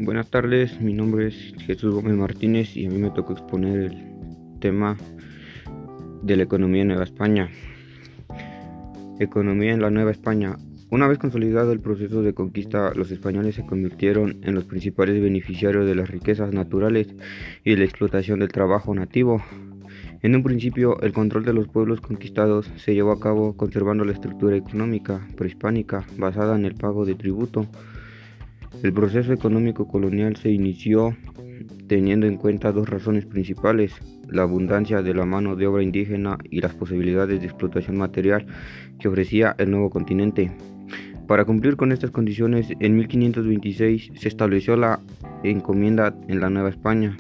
Buenas tardes, mi nombre es Jesús Gómez Martínez y a mí me tocó exponer el tema de la economía en Nueva España. Economía en la Nueva España. Una vez consolidado el proceso de conquista, los españoles se convirtieron en los principales beneficiarios de las riquezas naturales y de la explotación del trabajo nativo. En un principio, el control de los pueblos conquistados se llevó a cabo conservando la estructura económica prehispánica basada en el pago de tributo. El proceso económico colonial se inició teniendo en cuenta dos razones principales: la abundancia de la mano de obra indígena y las posibilidades de explotación material que ofrecía el nuevo continente. Para cumplir con estas condiciones, en 1526 se estableció la encomienda en la Nueva España.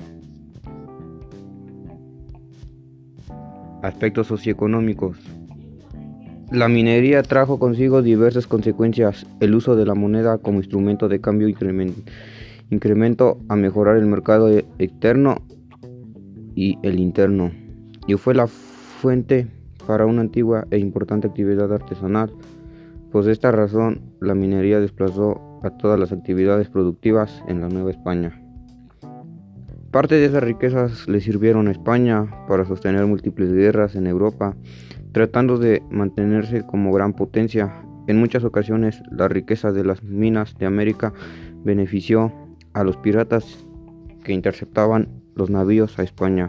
Aspectos socioeconómicos. La minería trajo consigo diversas consecuencias. El uso de la moneda como instrumento de cambio incrementó a mejorar el mercado externo y el interno, y fue la fuente para una antigua e importante actividad artesanal. Por esta razón, la minería desplazó a todas las actividades productivas en la Nueva España. Parte de esas riquezas le sirvieron a España para sostener múltiples guerras en Europa, tratando de mantenerse como gran potencia. En muchas ocasiones, la riqueza de las minas de América benefició a los piratas que interceptaban los navíos a España.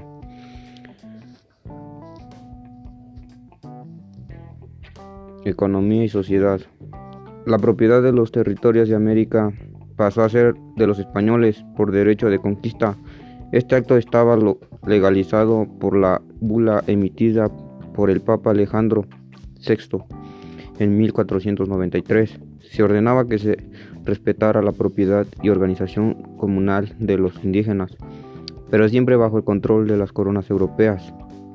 Economía y sociedad. La propiedad de los territorios de América pasó a ser de los españoles por derecho de conquista. Este acto estaba legalizado por la bula emitida por el Papa Alejandro VI en 1493. Se ordenaba que se respetara la propiedad y organización comunal de los indígenas, pero siempre bajo el control de las coronas europeas.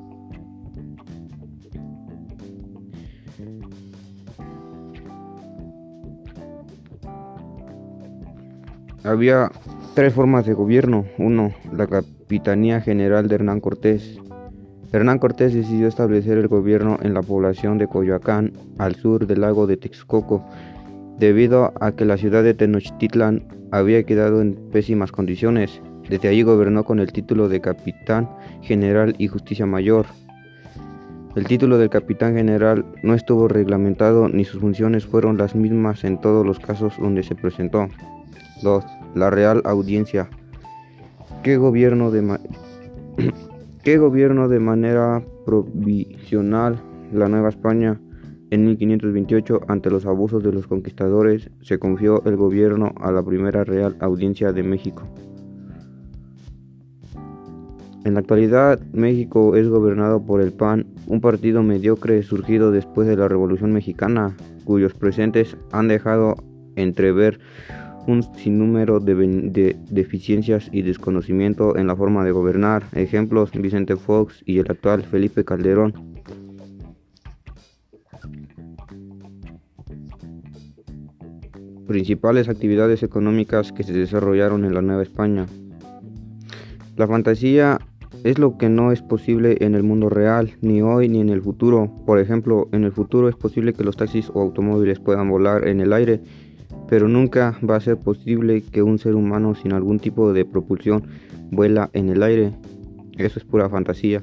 Había tres formas de gobierno. 1. La Capitanía General de Hernán Cortés. Hernán Cortés decidió establecer el gobierno en la población de Coyoacán, al sur del lago de Texcoco, debido a que la ciudad de Tenochtitlán había quedado en pésimas condiciones. Desde allí gobernó con el título de Capitán General y Justicia Mayor. El título del Capitán General no estuvo reglamentado ni sus funciones fueron las mismas en todos los casos donde se presentó. 2. La Real Audiencia. ¿Qué gobierno de manera provisional la Nueva España? En 1528, ante los abusos de los conquistadores, se confió el gobierno a la Primera Real Audiencia de México. En la actualidad, México es gobernado por el PAN, un partido mediocre surgido después de la Revolución Mexicana, cuyos presentes han dejado entrever un sinnúmero de deficiencias y desconocimiento en la forma de gobernar. Ejemplos: Vicente Fox y el actual Felipe Calderón. Principales actividades económicas que se desarrollaron en la Nueva España. La fantasía es lo que no es posible en el mundo real, ni hoy ni en el futuro. Por ejemplo, en el futuro es posible que los taxis o automóviles puedan volar en el aire, pero nunca va a ser posible que un ser humano sin algún tipo de propulsión vuela en el aire. Eso es pura fantasía.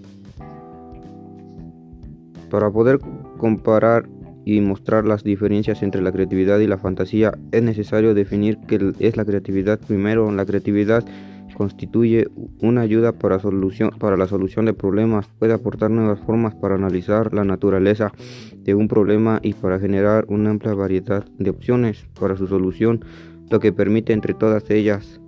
Para poder comparar y mostrar las diferencias entre la creatividad y la fantasía, es necesario definir qué es la creatividad. Primero, la creatividad constituye una ayuda para la solución de problemas. Puede aportar nuevas formas para analizar la naturaleza de un problema y para generar una amplia variedad de opciones para su solución, lo que permite entre todas ellas